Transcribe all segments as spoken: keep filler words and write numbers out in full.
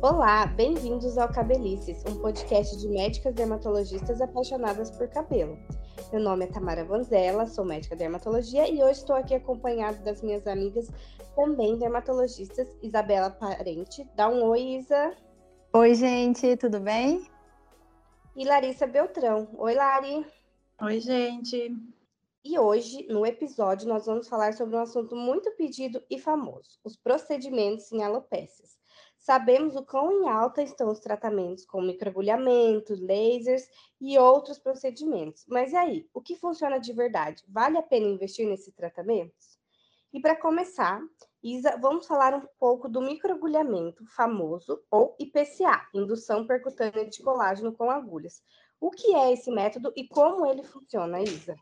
Olá, bem-vindos ao Cabelices, um podcast de médicas dermatologistas apaixonadas por cabelo. Meu nome é Tamara Vanzella, sou médica dermatologia e hoje estou aqui acompanhada das minhas amigas também dermatologistas, Isabela Parente. Dá um oi, Isa. Oi, gente, tudo bem? E Larissa Beltrão. Oi, Lari. Oi, gente. E hoje, no episódio, nós vamos falar sobre um assunto muito pedido e famoso, os procedimentos em alopécias. Sabemos o quão em alta estão os tratamentos com microagulhamento, lasers e outros procedimentos. Mas e aí, o que funciona de verdade? Vale a pena investir nesses tratamentos? E para começar, Isa, vamos falar um pouco do microagulhamento famoso, ou I P C A, indução percutânea de colágeno com agulhas. O que é esse método e como ele funciona, Isa?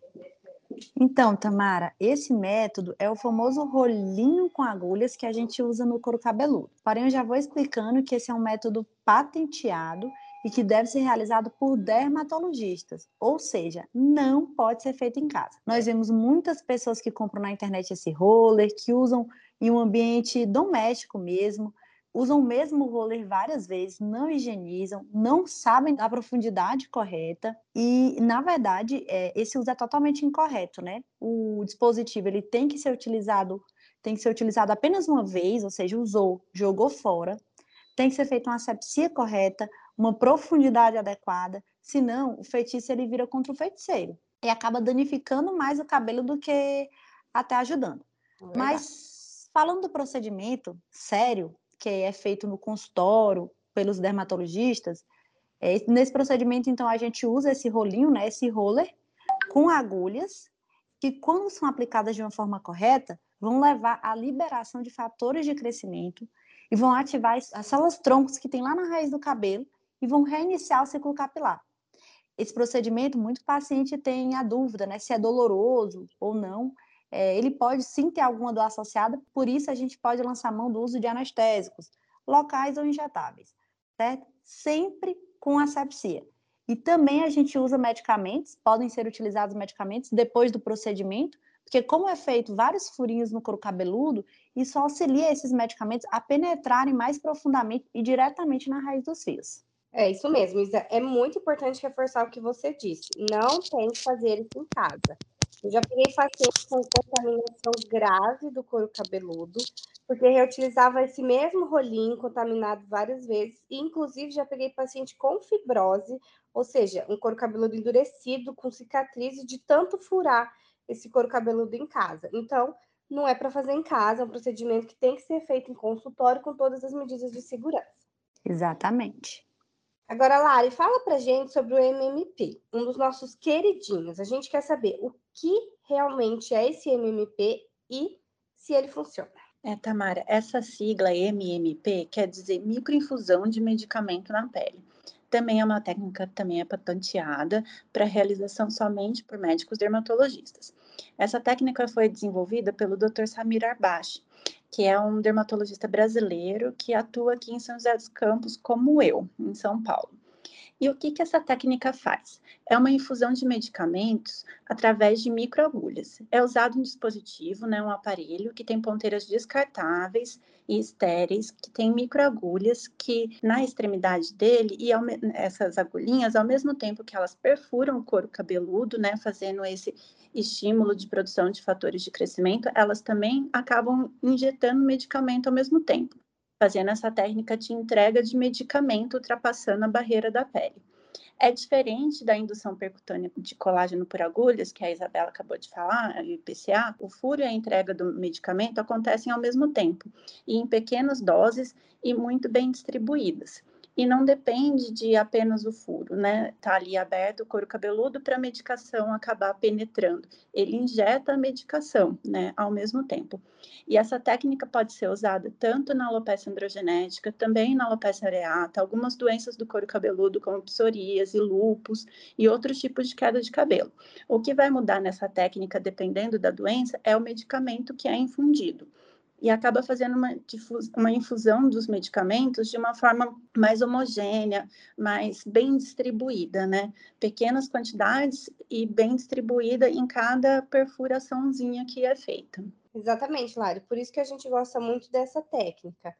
Então, Tamara, esse método é o famoso rolinho com agulhas que a gente usa no couro cabeludo. Porém, eu já vou explicando que esse é um método patenteado e que deve ser realizado por dermatologistas, ou seja, não pode ser feito em casa. Nós vemos muitas pessoas que compram na internet esse roller, que usam em um ambiente doméstico mesmo, usam o mesmo roller várias vezes, não higienizam, não sabem da profundidade correta e, na verdade, é, esse uso é totalmente incorreto, né? O dispositivo ele tem que ser utilizado, tem que ser utilizado apenas uma vez, ou seja, usou, jogou fora, tem que ser feita uma asepsia correta, uma profundidade adequada, senão o feitiço ele vira contra o feiticeiro e acaba danificando mais o cabelo do que até ajudando. É Mas, falando do procedimento sério, que é feito no consultório pelos dermatologistas, é, nesse procedimento, então, a gente usa esse rolinho, né, esse roller, com agulhas, que quando são aplicadas de uma forma correta, vão levar à liberação de fatores de crescimento e vão ativar as células troncos que tem lá na raiz do cabelo e vão reiniciar o ciclo capilar. Esse procedimento, muito paciente tem a dúvida, né, se é doloroso ou não. É, ele pode sim ter alguma dor associada, por isso a gente pode lançar mão do uso de anestésicos, locais ou injetáveis, certo? Sempre com asepsia. E também a gente usa medicamentos, podem ser utilizados medicamentos depois do procedimento, porque como é feito vários furinhos no couro cabeludo, isso auxilia esses medicamentos a penetrarem mais profundamente e diretamente na raiz dos fios. É isso mesmo, Isa. É muito importante reforçar o que você disse. Não tem que fazer isso em casa. Eu já peguei pacientes com contaminação grave do couro cabeludo, porque reutilizava esse mesmo rolinho contaminado várias vezes, e inclusive já peguei paciente com fibrose, ou seja, um couro cabeludo endurecido, com cicatriz de tanto furar esse couro cabeludo em casa. Então, não é para fazer em casa, é um procedimento que tem que ser feito em consultório com todas as medidas de segurança. Exatamente. Agora, Lari, fala pra gente sobre o M M P, um dos nossos queridinhos. A gente quer saber o que realmente é esse M M P e se ele funciona. É, Tamara, essa sigla M M P quer dizer microinfusão de medicamento na pele. Também é uma técnica que também é patenteada para realização somente por médicos dermatologistas. Essa técnica foi desenvolvida pelo doutor Samir Arbache, que é um dermatologista brasileiro que atua aqui em São José dos Campos, como eu, em São Paulo. E o que, que essa técnica faz? É uma infusão de medicamentos através de microagulhas. É usado um dispositivo, né, um aparelho que tem ponteiras descartáveis e estéreis, que tem microagulhas que na extremidade dele, e ao, essas agulhinhas, ao mesmo tempo que elas perfuram o couro cabeludo, né, fazendo esse estímulo de produção de fatores de crescimento, elas também acabam injetando medicamento ao mesmo tempo, fazendo essa técnica de entrega de medicamento ultrapassando a barreira da pele. É diferente da indução percutânea de colágeno por agulhas, que a Isabela acabou de falar, a I P C A, o furo e a entrega do medicamento acontecem ao mesmo tempo, e em pequenas doses e muito bem distribuídas. E não depende de apenas o furo, né? Tá ali aberto o couro cabeludo para a medicação acabar penetrando. Ele injeta a medicação, né, ao mesmo tempo. E essa técnica pode ser usada tanto na alopecia androgenética, também na alopecia areata, algumas doenças do couro cabeludo, como psoríase, lúpus e outros tipos de queda de cabelo. O que vai mudar nessa técnica, dependendo da doença, é o medicamento que é infundido. E acaba fazendo uma, uma infusão dos medicamentos de uma forma mais homogênea, mais bem distribuída, né? Pequenas quantidades e bem distribuída em cada perfuraçãozinha que é feita. Exatamente, Lari. Por isso que a gente gosta muito dessa técnica.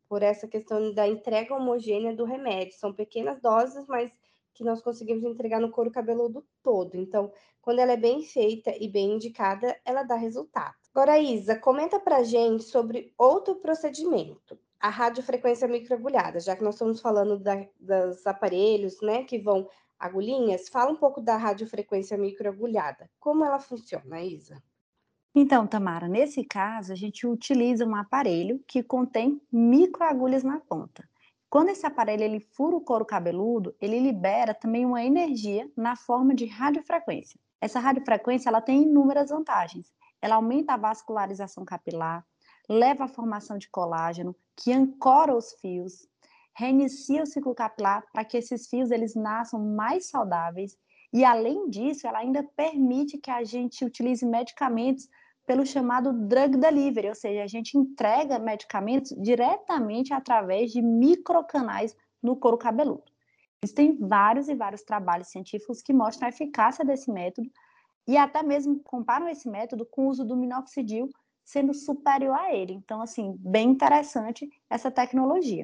por essa questão da entrega homogênea do remédio. São pequenas doses, mas que nós conseguimos entregar no couro cabeludo todo. Então, quando ela é bem feita e bem indicada, ela dá resultado. Agora, Isa, comenta pra gente sobre outro procedimento, a radiofrequência microagulhada, já que nós estamos falando da, dos aparelhos, né, que vão agulhinhas, fala um pouco da radiofrequência microagulhada. Como ela funciona, Isa? Então, Tamara, nesse caso, a gente utiliza um aparelho que contém microagulhas na ponta. Quando esse aparelho ele fura o couro cabeludo, ele libera também uma energia na forma de radiofrequência. Essa radiofrequência ela tem inúmeras vantagens. Ela aumenta a vascularização capilar, leva à formação de colágeno, que ancora os fios, reinicia o ciclo capilar para que esses fios eles nasçam mais saudáveis e, além disso, ela ainda permite que a gente utilize medicamentos pelo chamado drug delivery, ou seja, a gente entrega medicamentos diretamente através de microcanais no couro cabeludo. Existem vários e vários trabalhos científicos que mostram a eficácia desse método e até mesmo comparam esse método com o uso do minoxidil sendo superior a ele. Então, assim, bem interessante essa tecnologia.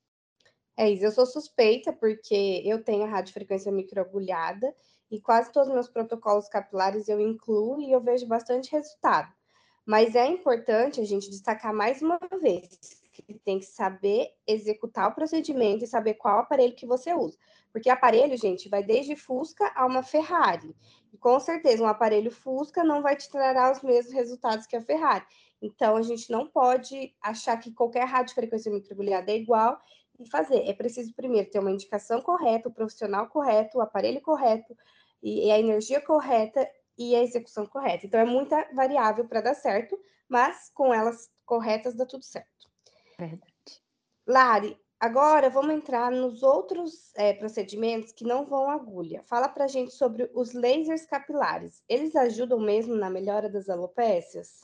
É isso, eu sou suspeita porque eu tenho a radiofrequência microagulhada e quase todos os meus protocolos capilares eu incluo e eu vejo bastante resultado. Mas é importante a gente destacar mais uma vez que tem que saber executar o procedimento e saber qual aparelho que você usa. Porque aparelho, gente, vai desde Fusca a uma Ferrari. E com certeza um aparelho Fusca não vai te trará os mesmos resultados que a Ferrari. Então a gente não pode achar que qualquer radiofrequência microagulhada é igual e fazer. É preciso primeiro ter uma indicação correta, o profissional correto, o aparelho correto e a energia correta e a execução correta. Então é muita variável para dar certo, mas com elas corretas dá tudo certo. Verdade. Lari, agora vamos entrar nos outros é, procedimentos que não vão agulha. Fala para gente sobre os lasers capilares. Eles ajudam mesmo na melhora das alopécias?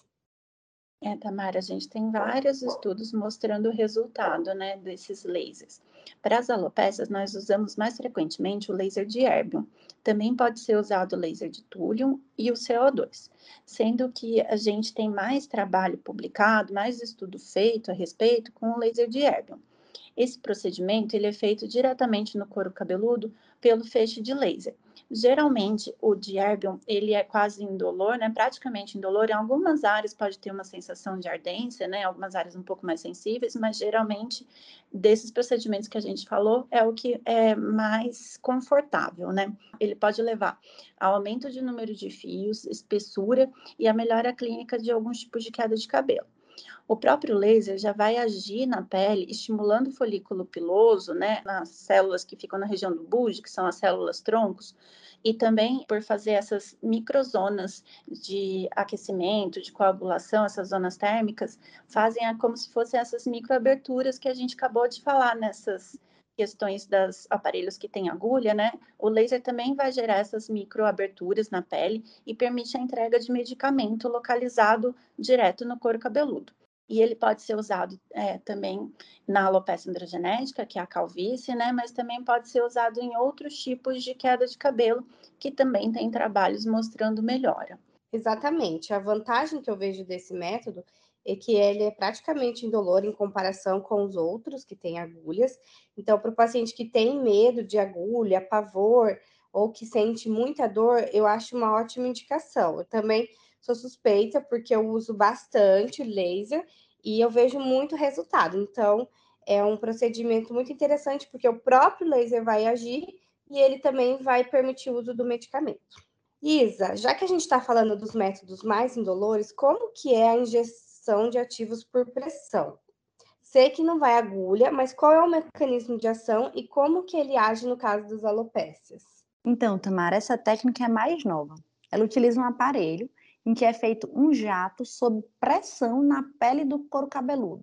É, Tamara, a gente tem vários estudos mostrando o resultado, né, desses lasers. Para as alopécias, nós usamos mais frequentemente o laser de erbium. Também pode ser usado o laser de túlium e o C O dois, sendo que a gente tem mais trabalho publicado, mais estudo feito a respeito com o laser de erbium. Esse procedimento ele é feito diretamente no couro cabeludo pelo feixe de laser. Geralmente, o de erbium, ele é quase indolor, né? Praticamente indolor. Em algumas áreas pode ter uma sensação de ardência, né? Algumas áreas um pouco mais sensíveis, mas geralmente, desses procedimentos que a gente falou, é o que é mais confortável, né? Ele pode levar ao aumento de número de fios, espessura e a melhora clínica de alguns tipos de queda de cabelo. O próprio laser já vai agir na pele, estimulando o folículo piloso, né, nas células que ficam na região do bulge, que são as células troncos, e também por fazer essas microzonas de aquecimento, de coagulação, essas zonas térmicas, fazem como se fossem essas microaberturas que a gente acabou de falar nessas questões dos aparelhos que têm agulha, né? O laser também vai gerar essas microaberturas na pele e permite a entrega de medicamento localizado direto no couro cabeludo. E ele pode ser usado é, também na alopecia androgenética, que é a calvície, né? Mas também pode ser usado em outros tipos de queda de cabelo, que também tem trabalhos mostrando melhora. Exatamente. A vantagem que eu vejo desse método é que ele é praticamente indolor em comparação com os outros que têm agulhas. Então, para o paciente que tem medo de agulha, pavor ou que sente muita dor, eu acho uma ótima indicação. Eu também sou suspeita porque eu uso bastante laser e eu vejo muito resultado. Então, é um procedimento muito interessante porque o próprio laser vai agir e ele também vai permitir o uso do medicamento. Isa, já que a gente está falando dos métodos mais indolores, como que é a injeção de ativos por pressão? Sei que não vai agulha, mas qual é o mecanismo de ação e como que ele age no caso das alopécias? Então, Tamara, essa técnica é mais nova. Ela utiliza um aparelho em que é feito um jato sob pressão na pele do couro cabeludo.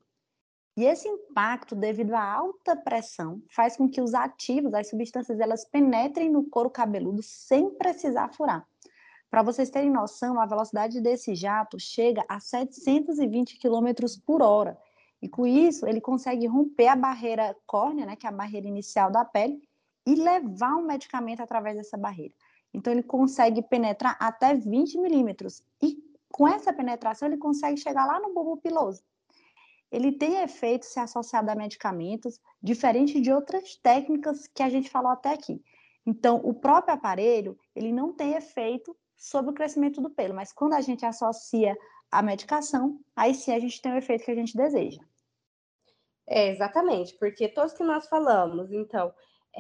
E esse impacto, devido à alta pressão, faz com que os ativos, as substâncias, elas penetrem no couro cabeludo sem precisar furar. Para vocês terem noção, a velocidade desse jato chega a setecentos e vinte quilômetros por hora. E com isso, ele consegue romper a barreira córnea, né, que é a barreira inicial da pele, e levar um medicamento através dessa barreira. Então, ele consegue penetrar até vinte milímetros. E com essa penetração, ele consegue chegar lá no bulbo piloso. ele tem efeito se associado a medicamentos, diferente de outras técnicas que a gente falou até aqui. Então, o próprio aparelho, ele não tem efeito sobre o crescimento do pelo, mas quando a gente associa a medicação, aí sim a gente tem o efeito que a gente deseja. É, exatamente, porque todos que nós falamos, então,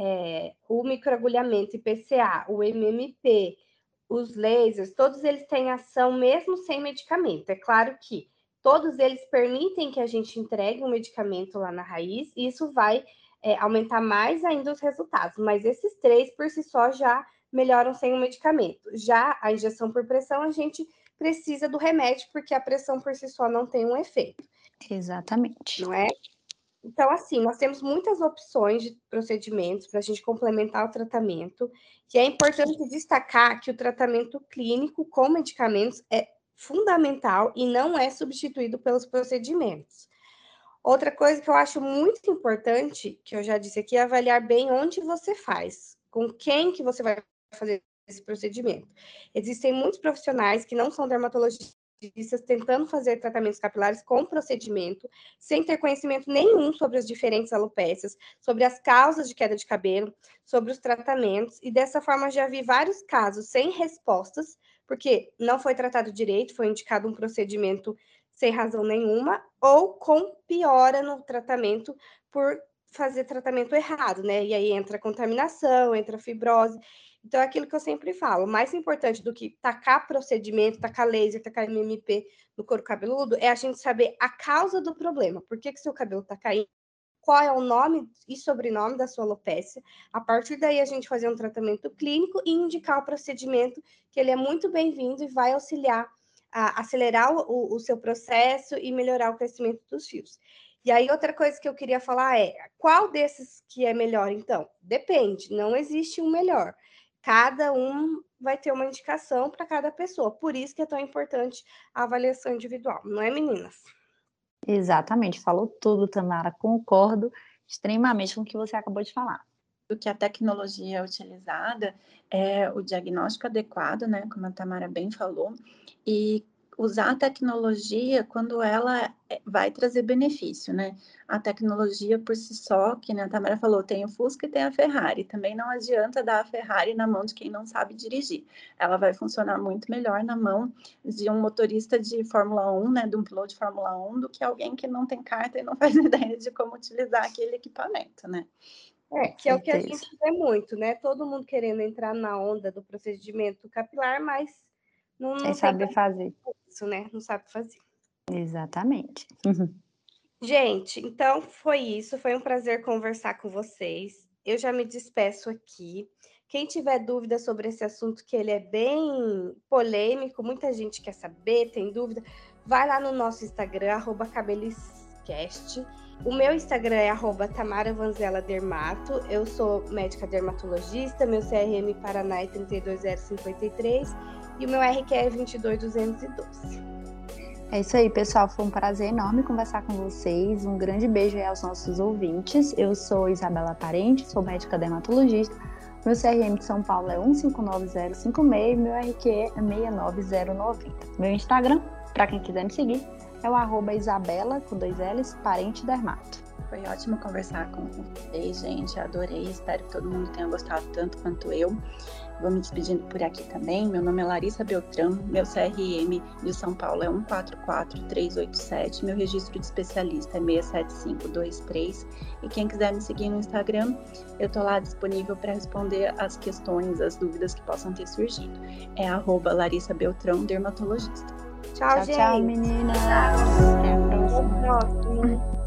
é, o microagulhamento I P C A, o M M P, os lasers, todos eles têm ação mesmo sem medicamento. É claro que todos eles permitem que a gente entregue um medicamento lá na raiz, e isso vai é, aumentar mais ainda os resultados, mas esses três, por si só, já melhoram sem o medicamento. Já a injeção por pressão, a gente precisa do remédio, porque a pressão por si só não tem um efeito. Exatamente. Não é? Então, assim, nós temos muitas opções de procedimentos para a gente complementar o tratamento, e é importante destacar que o tratamento clínico com medicamentos é fundamental e não é substituído pelos procedimentos. Outra coisa que eu acho muito importante, que eu já disse aqui, é avaliar bem onde você faz, com quem que você vai fazer esse procedimento. Existem muitos profissionais que não são dermatologistas tentando fazer tratamentos capilares com procedimento, sem ter conhecimento nenhum sobre as diferentes alopécias, sobre as causas de queda de cabelo, sobre os tratamentos, e dessa forma já vi vários casos sem respostas, porque não foi tratado direito, foi indicado um procedimento sem razão nenhuma, ou com piora no tratamento por fazer tratamento errado, né? E aí entra contaminação, entra fibrose. Então, é aquilo que eu sempre falo, mais importante do que tacar procedimento, tacar laser, tacar M M P no couro cabeludo, é a gente saber a causa do problema. Por que que seu cabelo está caindo? Qual é o nome e sobrenome da sua alopécia? A partir daí, a gente fazer um tratamento clínico e indicar o procedimento, que ele é muito bem-vindo e vai auxiliar a acelerar o, o seu processo e melhorar o crescimento dos fios. E aí, outra coisa que eu queria falar é, qual desses que é melhor, então? Depende, não existe um melhor. Cada um vai ter uma indicação para cada pessoa. Por isso que é tão importante a avaliação individual, não é, meninas? Exatamente, falou tudo, Tamara. Concordo extremamente com o que você acabou de falar. Do que a tecnologia utilizada é o diagnóstico adequado, né, como a Tamara bem falou, e usar a tecnologia quando ela vai trazer benefício, né? A tecnologia por si só, que a Tamara falou, tem o Fusca e tem a Ferrari. Também não adianta dar a Ferrari na mão de quem não sabe dirigir. Ela vai funcionar muito melhor na mão de um motorista de Fórmula um, né, de um piloto de Fórmula um, do que alguém que não tem carta e não faz ideia de como utilizar aquele equipamento, né? É, que é o que a gente vê muito, né? Todo mundo querendo entrar na onda do procedimento capilar, mas não, não sabe fazer isso, né? Não sabe fazer. Exatamente. Gente, então foi isso. Foi um prazer conversar com vocês. Eu já me despeço aqui. Quem tiver dúvida sobre esse assunto, que ele é bem polêmico, muita gente quer saber, tem dúvida, vai lá no nosso Instagram, arroba cabeliscast. O meu Instagram é arroba Tamara Vanzella Dermato. Eu sou médica dermatologista, meu C R M Paraná é trinta e dois zero cinquenta e três e o meu R Q é vinte e dois duzentos e doze. É isso aí, pessoal. Foi um prazer enorme conversar com vocês. Um grande beijo aí aos nossos ouvintes. Eu sou Isabela Parente, sou médica dermatologista. Meu C R M de São Paulo é um cinco nove zero cinco seis e meu R Q é seis nove zero nove zero. Meu Instagram, para quem quiser me seguir, é o arroba Isabela, com dois L's, Parente Dermato. Foi ótimo conversar com vocês, gente. Adorei. Espero que todo mundo tenha gostado tanto quanto eu. Vou me despedindo por aqui também. Meu nome é Larissa Beltrão. Meu C R M de São Paulo é um quatro quatro três oito sete. Meu registro de especialista é seis sete cinco dois três. E quem quiser me seguir no Instagram, eu tô lá disponível para responder as questões, as dúvidas que possam ter surgido. É arroba Larissa Beltrão, dermatologista. Tchau, Tchau, gente. tchau, meninas. Até a próxima. Até a próxima.